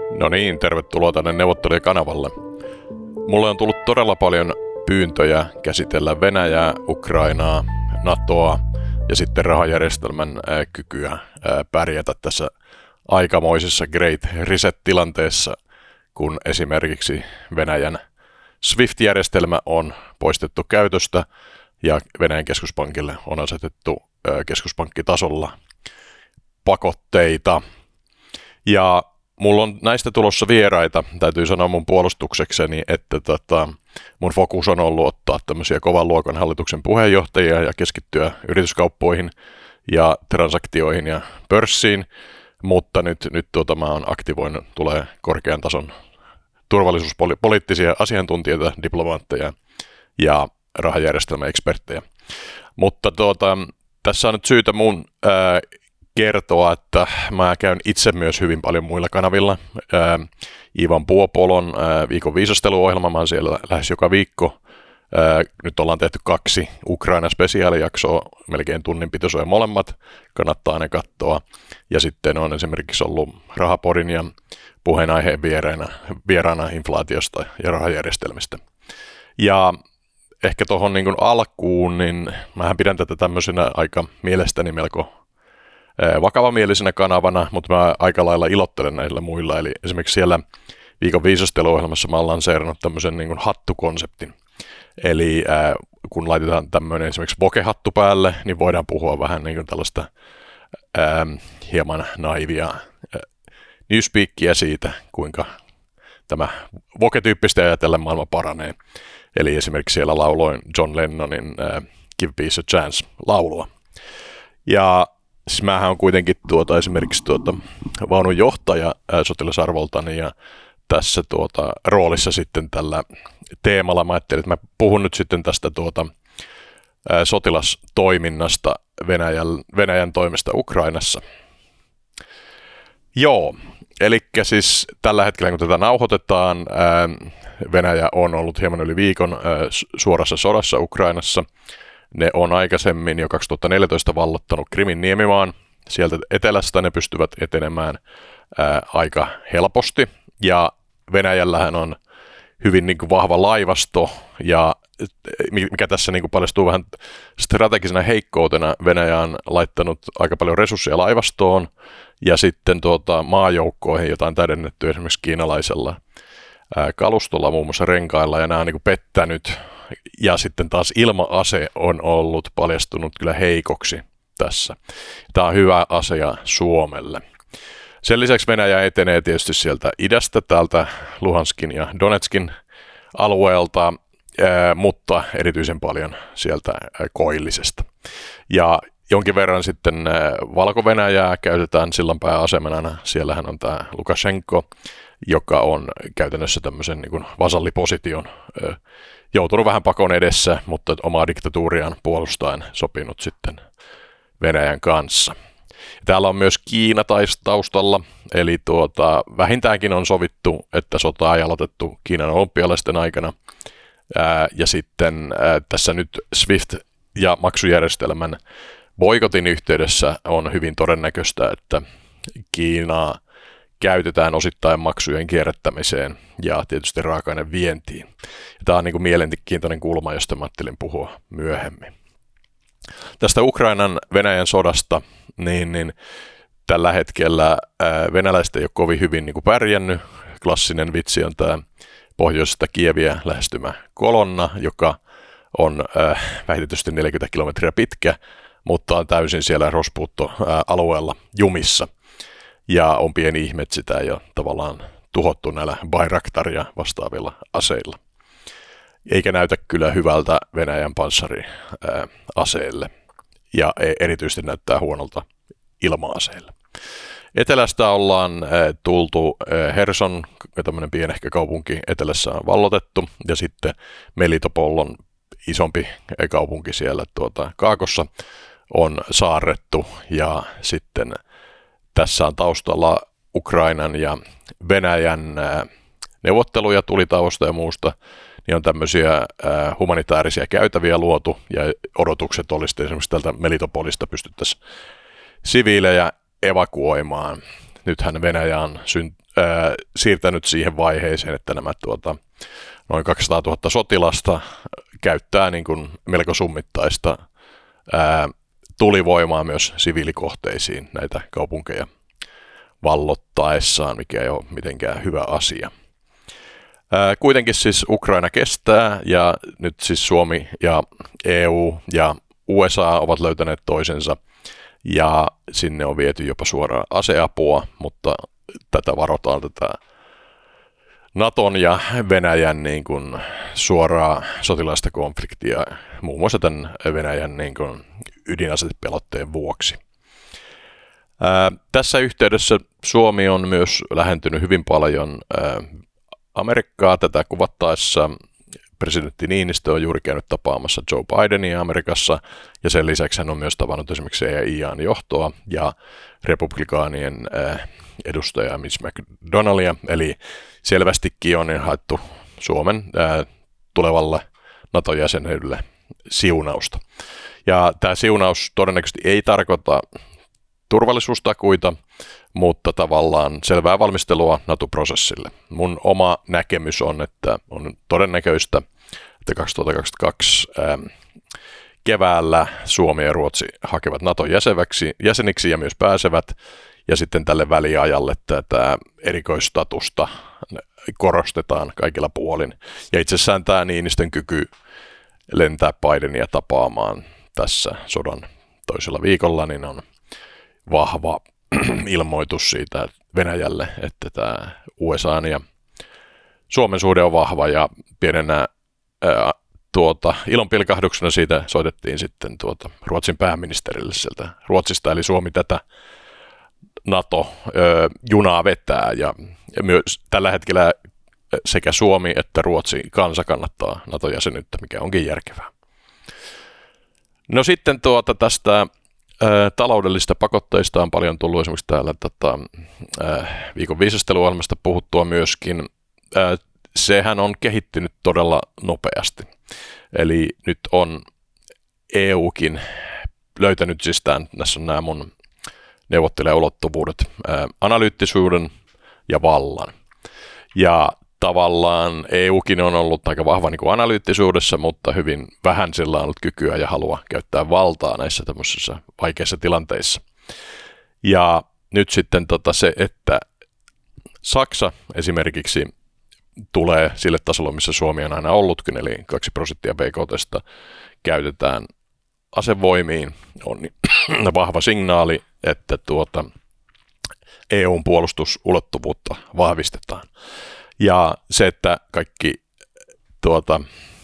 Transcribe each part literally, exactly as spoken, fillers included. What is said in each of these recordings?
No niin, tervetuloa tänne neuvottelijakanavalle. Mulle on tullut todella paljon pyyntöjä käsitellä Venäjää, Ukrainaa, NATOa ja sitten rahajärjestelmän ää, kykyä ää, pärjätä tässä aikamoisessa Great Reset-tilanteessa, kun esimerkiksi Venäjän SWIFT-järjestelmä on poistettu käytöstä ja Venäjän keskuspankille on asetettu ää, keskuspankkitasolla pakotteita. Ja mulla on näistä tulossa vieraita, täytyy sanoa mun puolustuksekseni, että tota, mun fokus on ollut ottaa tämmöisiä kovan luokan hallituksen puheenjohtajia ja keskittyä yrityskauppoihin ja transaktioihin ja pörssiin, mutta nyt, nyt tuota, mä oon aktivoinut, tulee korkean tason turvallisuuspoliittisia asiantuntijoita, diplomaatteja ja rahajärjestelmäeksperttejä. Mutta tuota, tässä on nyt syytä mun ää, kertoa, että mä käyn itse myös hyvin paljon muilla kanavilla. Ää, Ivan Puopolon ää, viikon viisasteluohjelma, mä oon siellä lähes joka viikko. Ää, nyt ollaan tehty kaksi Ukraina-spesiaalijaksoa, melkein tunnin pitoisia molemmat, kannattaa ne katsoa. Ja sitten on esimerkiksi ollut Rahapodin ja puheenaiheen vieraana, vieraana inflaatiosta ja rahajärjestelmistä. Ja ehkä tuohon niin kuin alkuun, niin mähän pidän tätä tämmöisenä aika mielestäni melko vakavamielisenä kanavana, mutta mä aika lailla ilottelen näillä muilla. Eli esimerkiksi siellä viikon viisasteluohjelmassa mä oon lanseerannut tämmöisen niin kuin hattukonseptin. Eli ää, kun laitetaan tämmöinen esimerkiksi vokehattu päälle, niin voidaan puhua vähän niin kuin tällaista ää, hieman naivia ää, newspeakia siitä, kuinka tämä voke-tyyppistä ajatellen maailma paranee. Eli esimerkiksi siellä lauloin John Lennonin ää, Give Peace a Chance -laulua. Ja siis mähän on kuitenkin tuota, esimerkiksi tuota, vaunun johtaja ää, sotilasarvoltani ja tässä tuota, roolissa sitten tällä teemalla mä ajattelin, että mä puhun nyt sitten tästä tuota, ää, sotilastoiminnasta Venäjän, Venäjän toimesta Ukrainassa. Joo, eli siis tällä hetkellä kun tätä nauhoitetaan, ää, Venäjä on ollut hieman yli viikon ää, suorassa sodassa Ukrainassa. Ne on aikaisemmin jo kaksituhattaneljätoista vallottanut Krimin niemimaan. Sieltä etelästä ne pystyvät etenemään ää, aika helposti. Ja Venäjällähän on hyvin niin kuin vahva laivasto, ja mikä tässä niin kuin paljastuu vähän strategisena heikkoutena, Venäjä on laittanut aika paljon resursseja laivastoon, ja sitten tuota, maajoukkoihin, jota on täydennetty esimerkiksi kiinalaisella ää, kalustolla, muun muassa renkailla, ja nämä on niin kuin pettänyt. Ja sitten taas ilma-ase on ollut paljastunut kyllä heikoksi tässä. Tämä on hyvä asia Suomelle. Sen lisäksi Venäjä etenee tietysti sieltä idästä, täältä Luhanskin ja Donetskin alueelta, mutta erityisen paljon sieltä koillisesta. Ja jonkin verran sitten Valko-Venäjää käytetään sillanpääasemana. Siellähän on tämä Lukashenko, joka on käytännössä tämmöisen niin kuin vasalliposition joutunut vähän pakon edessä, mutta omaa diktatuuriaan puolustaen sopinut sitten Venäjän kanssa. Täällä on myös Kiina taustalla, eli tuota, vähintäänkin on sovittu, että sota on aloitettu Kiinan olympialaisten aikana. Ää, ja sitten ää, tässä nyt SWIFT- ja maksujärjestelmän boikotin yhteydessä on hyvin todennäköistä, että Kiinaa käytetään osittain maksujen kierrättämiseen ja tietysti raaka-aineen vientiin. Ja tämä on niin kuin mielenkiintoinen kulma, josta mä ajattelin puhua myöhemmin. Tästä Ukrainan Venäjän sodasta, niin, niin tällä hetkellä ää, venäläiset ei ole kovin hyvin niin kuin pärjännyt. Klassinen vitsi on tämä pohjoisesta Kieviä lähestymä kolonna, joka on ää, väitetysti neljäkymmentä kilometriä pitkä, mutta on täysin siellä rospuuttoalueella jumissa. Ja on pieni ihme, että sitä ei ole tavallaan tuhottu näillä Bayraktar ja vastaavilla aseilla. Eikä näytä kyllä hyvältä Venäjän panssariaseelle. Ja erityisesti näyttää huonolta ilma-aseille. Etelästä ollaan tultu Herson, tämmöinen pienehkö kaupunki etelässä on vallotettu. Ja sitten Melitopol on isompi kaupunki siellä tuota, Kaakossa on saarrettu. Ja sitten tässä on taustalla Ukrainan ja Venäjän neuvotteluja tulitauosta ja muusta, niin on tämmöisiä humanitaarisia käytäviä luotu, ja odotukset olisi esimerkiksi tältä Melitopolista pystyttäisiin siviilejä evakuoimaan. nythän Venäjä on syn, ää, siirtänyt siihen vaiheeseen, että nämä tuota, noin kaksisataatuhatta sotilasta käyttää niin kuin melko summittaista ää, tulivoimaa myös siviilikohteisiin näitä kaupunkeja vallottaessaan, mikä ei ole mitenkään hyvä asia. Ää, kuitenkin siis Ukraina kestää ja nyt siis Suomi ja E U ja U S A ovat löytäneet toisensa ja sinne on viety jopa suoraan aseapua, mutta tätä varotaan tätä Naton ja Venäjän niin kuin suoraa sotilaista konfliktia muun muassa tämän Venäjän niin kuin ydinasepelotteen vuoksi. Ää, tässä yhteydessä Suomi on myös lähentynyt hyvin paljon ää, Amerikkaa tätä kuvattaessa. Presidentti Niinistö on juuri käynyt tapaamassa Joe Bidenia Amerikassa, ja sen lisäksi hän on myös tavannut esimerkiksi C I A:n johtoa ja republikaanien äh, edustaja Mitch McDonaldia, eli selvästikin on haettu Suomen äh, tulevalle NATO-jäsenyydelle siunausta. Ja tämä siunaus todennäköisesti ei tarkoita turvallisuustakuita, mutta tavallaan selvää valmistelua NATO-prosessille. Mun oma näkemys on, että on todennäköistä, että kaksituhattakaksikymmentäkaksi ää, keväällä Suomi ja Ruotsi hakevat NATOn jäseväksi, jäseniksi ja myös pääsevät, ja sitten tälle väliajalle tätä erikoistatusta korostetaan kaikilla puolin. Ja itse asiassa tämä Niinistön kyky lentää Bidenia tapaamaan tässä sodan toisella viikolla, niin on vahva ilmoitus siitä Venäjälle, että tämä U S A:n ja Suomen suhde on vahva, ja pienenä ää, tuota, ilonpilkahduksena siitä soitettiin sitten tuota, Ruotsin pääministerille sieltä Ruotsista, eli Suomi tätä NATO-junaa vetää, ja, ja myös tällä hetkellä sekä Suomi että Ruotsi kansa kannattaa NATO-jäsenyyttä, mikä onkin järkevää. No sitten tuota tästä Ää, taloudellisista pakotteista on paljon tullut esimerkiksi täällä tota, ää, viikon viisasteluohjelmasta puhuttua myöskin. Ää, sehän on kehittynyt todella nopeasti. Eli nyt on E Ukin löytänyt siis tämän, tässä on nämä mun neuvottelijaulottuvuudet, ää, analyyttisuuden ja vallan. Ja tavallaan E Ukin on ollut aika vahva niin kuin analyyttisuudessa, mutta hyvin vähän sillä on ollut kykyä ja halua käyttää valtaa näissä tämmöisissä vaikeissa tilanteissa. Ja nyt sitten tota se, että Saksa esimerkiksi tulee sille tasolle, missä Suomi on aina ollutkin, eli kaksi prosenttia B K T:stä käytetään asevoimiin, on vahva signaali, että tuota E U:n puolustusulottuvuutta vahvistetaan. Ja se, että kaikki tuota,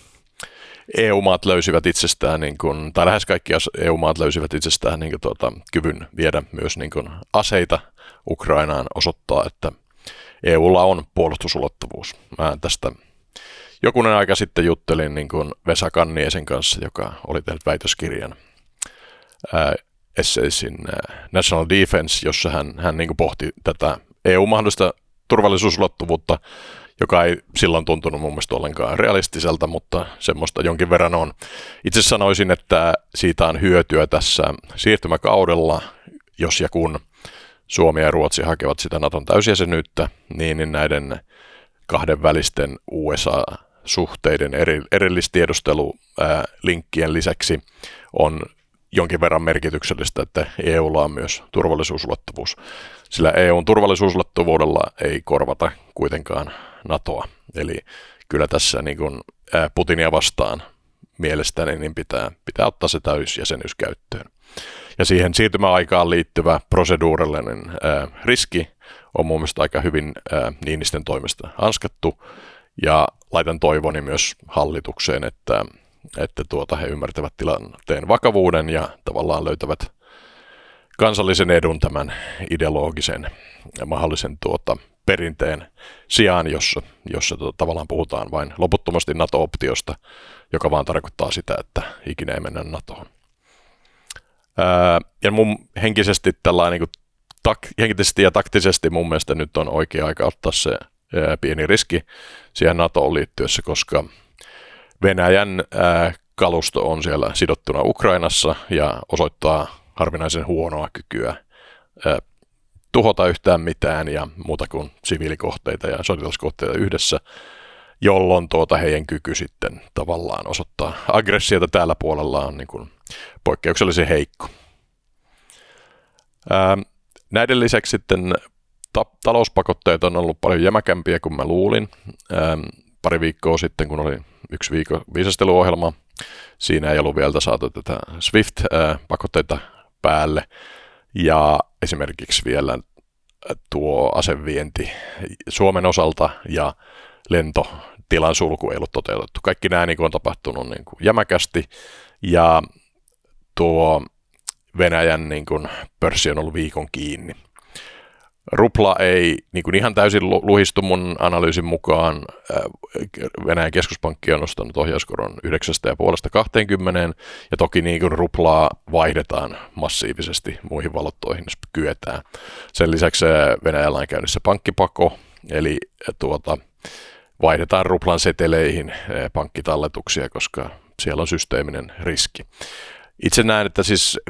E U-maat löysivät itsestään, niin kuin, tai lähes kaikki E U-maat löysivät itsestään niin kuin, tuota, kyvyn viedä myös niin kuin, aseita Ukrainaan, osoittaa, että E U:lla on puolustusulottuvuus. Mä tästä jokunen aika sitten juttelin niin kuin Vesa Kanniesen kanssa, joka oli tehnyt väitöskirjan ää, Essaysin ää, National Defense, jossa hän, hän niin kuin pohti tätä E U-mahdollista turvallisuusulottuvuutta, joka ei silloin tuntunut mun mielestä ollenkaan realistiselta, mutta semmoista jonkin verran on. Itse sanoisin, että siitä on hyötyä tässä siirtymäkaudella, jos ja kun Suomi ja Ruotsi hakevat sitä Naton täysjäsenyyttä, niin näiden kahden välisten U S A-suhteiden eri, erillistiedustelulinkkien lisäksi on jonkin verran merkityksellistä, että E U:lla on myös turvallisuusulottuvuus. Sillä E U:n turvallisuusulottuvuudella ei korvata kuitenkaan NATOa. Eli kyllä tässä niin kuin Putinia vastaan mielestäni niin pitää, pitää ottaa se täysjäsenyys käyttöön. Ja siihen siirtymäaikaan liittyvä proseduurillinen ää, riski on mun mielestä aika hyvin ää, Niinistön toimesta hanskattu. Ja laitan toivoni myös hallitukseen, että, että tuota, he ymmärtävät tilanteen vakavuuden ja tavallaan löytävät kansallisen edun tämän ideologisen ja mahdollisen tuota, perinteen sijaan, jossa, jossa tuota, tavallaan puhutaan vain loputtomasti NATO-optiosta, joka vaan tarkoittaa sitä, että ikinä ei mennä NATOon. Ää, ja mun henkisesti, tällainen, niin kuin, tak, henkisesti ja taktisesti mun mielestä nyt on oikea aika ottaa se ää, pieni riski siihen NATOon liittyessä, koska Venäjän ää, kalusto on siellä sidottuna Ukrainassa ja osoittaa harvinaisen huonoa kykyä ää, tuhota yhtään mitään ja muuta kuin siviilikohteita ja sotilaskohteita yhdessä, jolloin tuota heidän kyky sitten tavallaan osoittaa aggressiota täällä puolella on niin kuin poikkeuksellisen heikko. Ää, näiden lisäksi sitten ta- talouspakotteet on ollut paljon jämäkämpiä kuin mä luulin. Ää, pari viikkoa sitten, kun oli yksi viikon viisasteluohjelma, siinä ei ollut vielä saatu tätä SWIFT-pakotteita päälle. Ja esimerkiksi vielä tuo asevienti Suomen osalta ja lentotilan sulku ei ollut toteutettu. Kaikki nämä niin kuin on tapahtunut niin kuin jämäkästi ja tuo Venäjän niin kuin pörssi on ollut viikon kiinni. Rupla ei niin kuin ihan täysin luhistu mun analyysin mukaan. Venäjän keskuspankki on nostanut ohjauskoron yhdeksästä pilkku viidestä kaksikymmentä ja toki niin kuin ruplaa vaihdetaan massiivisesti muihin valuuttoihin, jos kyetään. Sen lisäksi Venäjällä on käynnissä pankkipako, eli tuota, vaihdetaan ruplan seteleihin pankkitalletuksia, koska siellä on systeeminen riski. Itse näen, että siis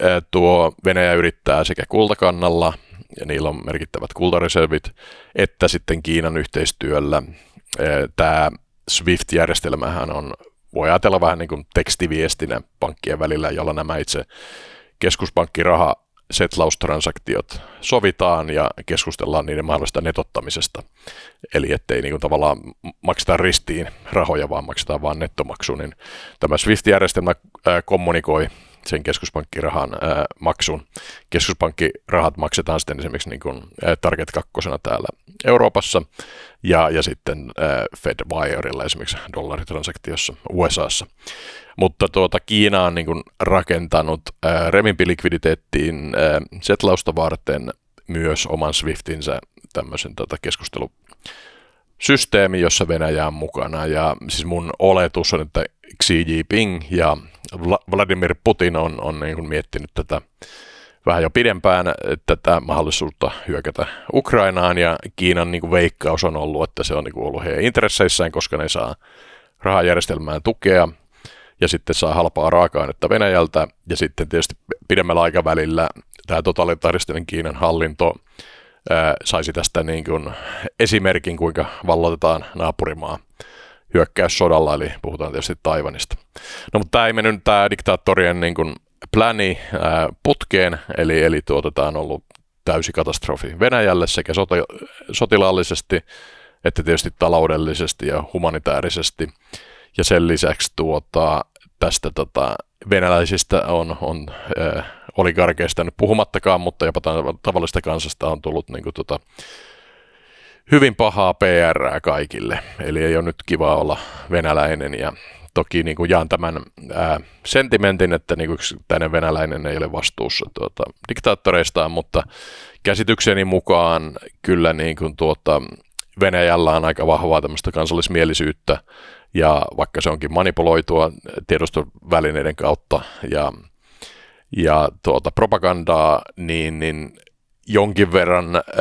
tuo Venäjä yrittää sekä kultakannalla, ja niillä on merkittävät kultareservit, että sitten Kiinan yhteistyöllä. Tämä SWIFT-järjestelmähän on, voi ajatella vähän niin kuin tekstiviestinä pankkien välillä, jolla nämä itse keskuspankkiraha setlaustransaktiot sovitaan ja keskustellaan niiden mahdollisesta netottamisesta. Eli ettei niin kuin tavallaan makseta ristiin rahoja, vaan maksetaan vain nettomaksu, niin tämä SWIFT-järjestelmä ää, kommunikoi sen keskuspankkirahan ää, maksun. Keskuspankkirahat maksetaan sitten esimerkiksi niin kuin, ää, Target kakkosena täällä Euroopassa ja, ja sitten ää, FedWirella esimerkiksi dollaritransaktiossa U S A:ssa. Mutta tuota, Kiina on niin kuin rakentanut ää, renminbi-likviditeettiin ää, setlausta varten myös oman SWIFTinsä tämmöisen tota, keskustelusysteemi, jossa Venäjä on mukana. Ja siis mun oletus on, että Xi Jinping ja Vladimir Putin on, on niin kuin miettinyt tätä vähän jo pidempään, tätä mahdollisuutta hyökätä Ukrainaan, ja Kiinan niin kuin veikkaus on ollut, että se on niin kuin ollut heidän intresseissään, koska ne saa rahajärjestelmään tukea, ja sitten saa halpaa raaka-ainetta Venäjältä, ja sitten tietysti pidemmällä aikavälillä tämä totalitaaristinen Kiinan hallinto ää, saisi tästä niin kuin esimerkin, kuinka valloitetaan naapurimaa hyökkäyssodalla, eli puhutaan tietysti Taiwanista. No, mutta tämä ei mennyt tämä diktaattorien niin kuin pläni ää, putkeen, eli, eli tuota, tämä on ollut täysi katastrofi Venäjälle sekä soti, sotilaallisesti että tietysti taloudellisesti ja humanitaarisesti. Ja sen lisäksi tuota, tästä tota, venäläisistä on, on ää, oligarkeista nyt puhumattakaan, mutta jopa tavallista kansasta on tullut niin kuin, tota, hyvin pahaa P R:ää kaikille. Eli ei ole nyt kiva olla venäläinen, ja toki niin kuin jaan tämän ää, sentimentin, että niin kuin yksittäinen venäläinen ei ole vastuussa tuota, diktaattoreistaan, mutta käsitykseni mukaan kyllä niin kuin tuota, Venäjällä on aika vahvaa tämmöistä kansallismielisyyttä, ja vaikka se onkin manipuloitua tiedostovälineiden kautta ja, ja tuota, propagandaa, niin, niin jonkin verran äh,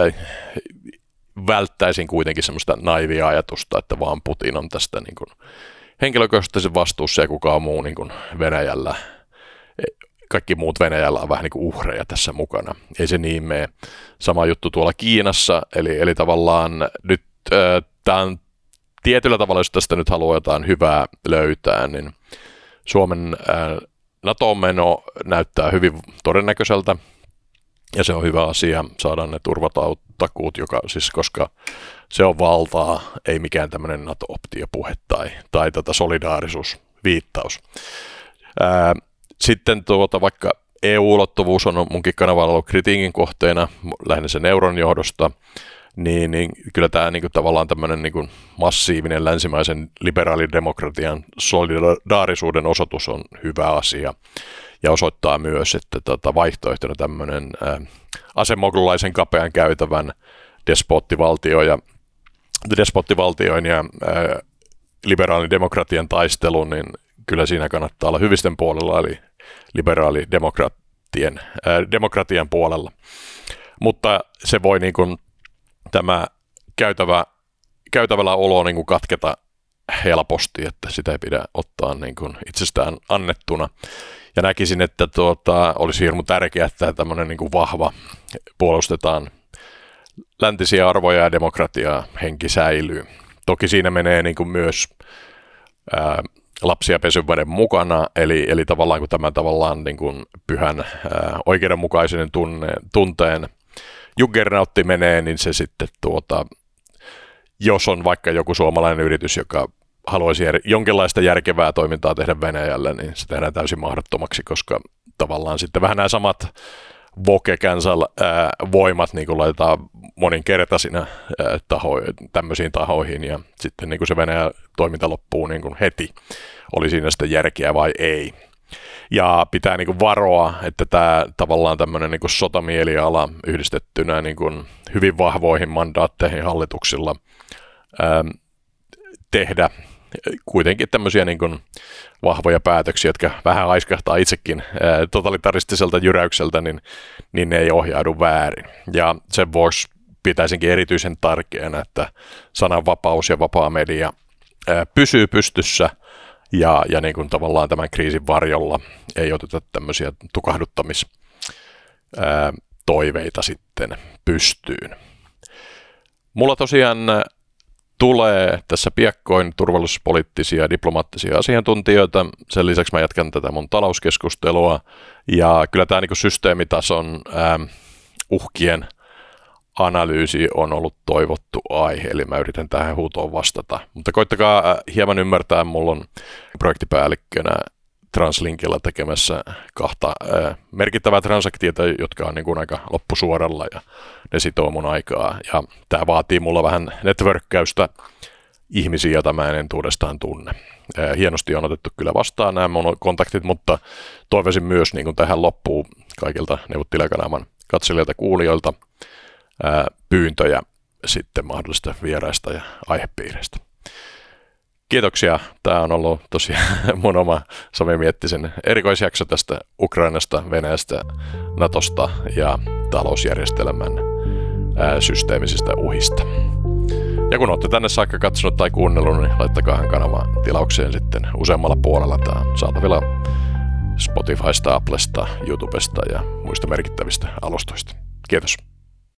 välttäisin kuitenkin semmoista naivia ajatusta, että vaan Putin on tästä niin kuin henkilökohtaisen vastuussa ja kukaan muu niin kuin Venäjällä, kaikki muut Venäjällä on vähän niin kuin uhreja tässä mukana. Ei se niin mene. Sama juttu tuolla Kiinassa, eli, eli tavallaan nyt äh, tämä on tietyllä tavalla, jos tästä nyt haluaa jotain hyvää löytää, niin Suomen äh, NATO-meno näyttää hyvin todennäköiseltä, ja se on hyvä asia, saadaan ne turvatakuut, joka siis koska se on valtaa, ei mikään tämmöinen NATO-optiopuhe tai, tai tätä solidaarisuusviittaus. Ää, sitten tuota, vaikka E U-ulottuvuus on munkin kanavalla ollut kritiikin kohteena, lähinnä sen euron johdosta, niin, niin kyllä tämä niin kuin, tavallaan tämmöinen niin kuin massiivinen länsimaisen liberaalidemokratian solidaarisuuden osoitus on hyvä asia. Ja osoittaa myös, että tota, vaihtoehtona tämmöinen ää, asemoglulaisen kapean käytävän despottivaltio ja, despottivaltioin ja ää, liberaalin demokratian taistelu, niin kyllä siinä kannattaa olla hyvisten puolella, eli liberaalidemokratian ää, demokratian puolella. Mutta se voi niin kuin, tämä käytävä, käytävällä olo niin kuin katketa helposti, että sitä ei pidä ottaa niin kuin itsestään annettuna. Ja näkisin, että tuota, olisi hirmu tärkeää, että tämmöinen niin kuin vahva puolustetaan läntisiä arvoja ja demokratiaa henki säilyy. Toki siinä menee niin kuin myös ää, lapsia pesynveden mukana, eli, eli tavallaan kun tämä tavallaan niin kuin pyhän ää, oikeudenmukaisen tunne, tunteen juggernautti menee, niin se sitten tuota, jos on vaikka joku suomalainen yritys, joka haluaisi jär, jonkinlaista järkevää toimintaa tehdä Venäjällä, niin se tehdään täysin mahdottomaksi, koska tavallaan sitten vähän nämä samat voke-cancel-voimat niin laitetaan moninkertaisina ää, taho, tämmöisiin tahoihin, ja sitten niin kuin se Venäjän toiminta loppuu niin kuin heti, oli siinä sitten järkeä vai ei. Ja pitää niin kuin varoa, että tämä tavallaan tämmöinen niin kuin sotamieliala yhdistettynä niin kuin hyvin vahvoihin mandaatteihin hallituksilla ää, tehdä kuitenkin tämmöisiä niin kuin vahvoja päätöksiä, jotka vähän aiskahtaa itsekin ää, totalitaristiselta jyräykseltä, niin, niin ne ei ohjaudu väärin. Ja sen vuoksi pitäisinkin erityisen tärkeänä, että sananvapaus ja vapaa media ää, pysyy pystyssä ja, ja niin kuin tavallaan tämän kriisin varjolla ei oteta tämmöisiä tukahduttamistoiveita sitten pystyyn. Mulla tosiaan tulee tässä piakkoin turvallisuuspoliittisia ja diplomaattisia asiantuntijoita. Sen lisäksi mä jatkan tätä mun talouskeskustelua. Ja kyllä tämä niin systeemitason ähm, uhkien analyysi on ollut toivottu aihe, eli mä yritän tähän huutoon vastata. Mutta koittakaa äh, hieman ymmärtää, mulla on projektipäällikkönä Translinkilla tekemässä kahta äh, merkittävää transaktiota, jotka on niin kuin aika loppusuoralla ja ne sitoo mun aikaa. Ja tämä vaatii mulla vähän networkkäystä ihmisiä, joita mä en entuudestaan tunne. Äh, hienosti on otettu kyllä vastaan nämä mun kontaktit, mutta toivoisin myös niin kuin tähän loppuun kaikilta Neuvottelijakanavan katselijoilta kuulijoilta äh, pyyntöjä sitten mahdollisista vieraista ja aihepiireistä. Kiitoksia. Tämä on ollut tosiaan mun oma Sami Miettisen erikoisjakso tästä Ukrainasta, Venäjästä, Natosta ja talousjärjestelmän ää, systeemisistä uhista. Ja kun olette tänne saakka katsonut tai kuunnellut, niin laittakaahan kanavan tilaukseen sitten useammalla puolella. Tämä on saatavilla Spotifysta, Applesta, YouTubesta ja muista merkittävistä alustoista. Kiitos.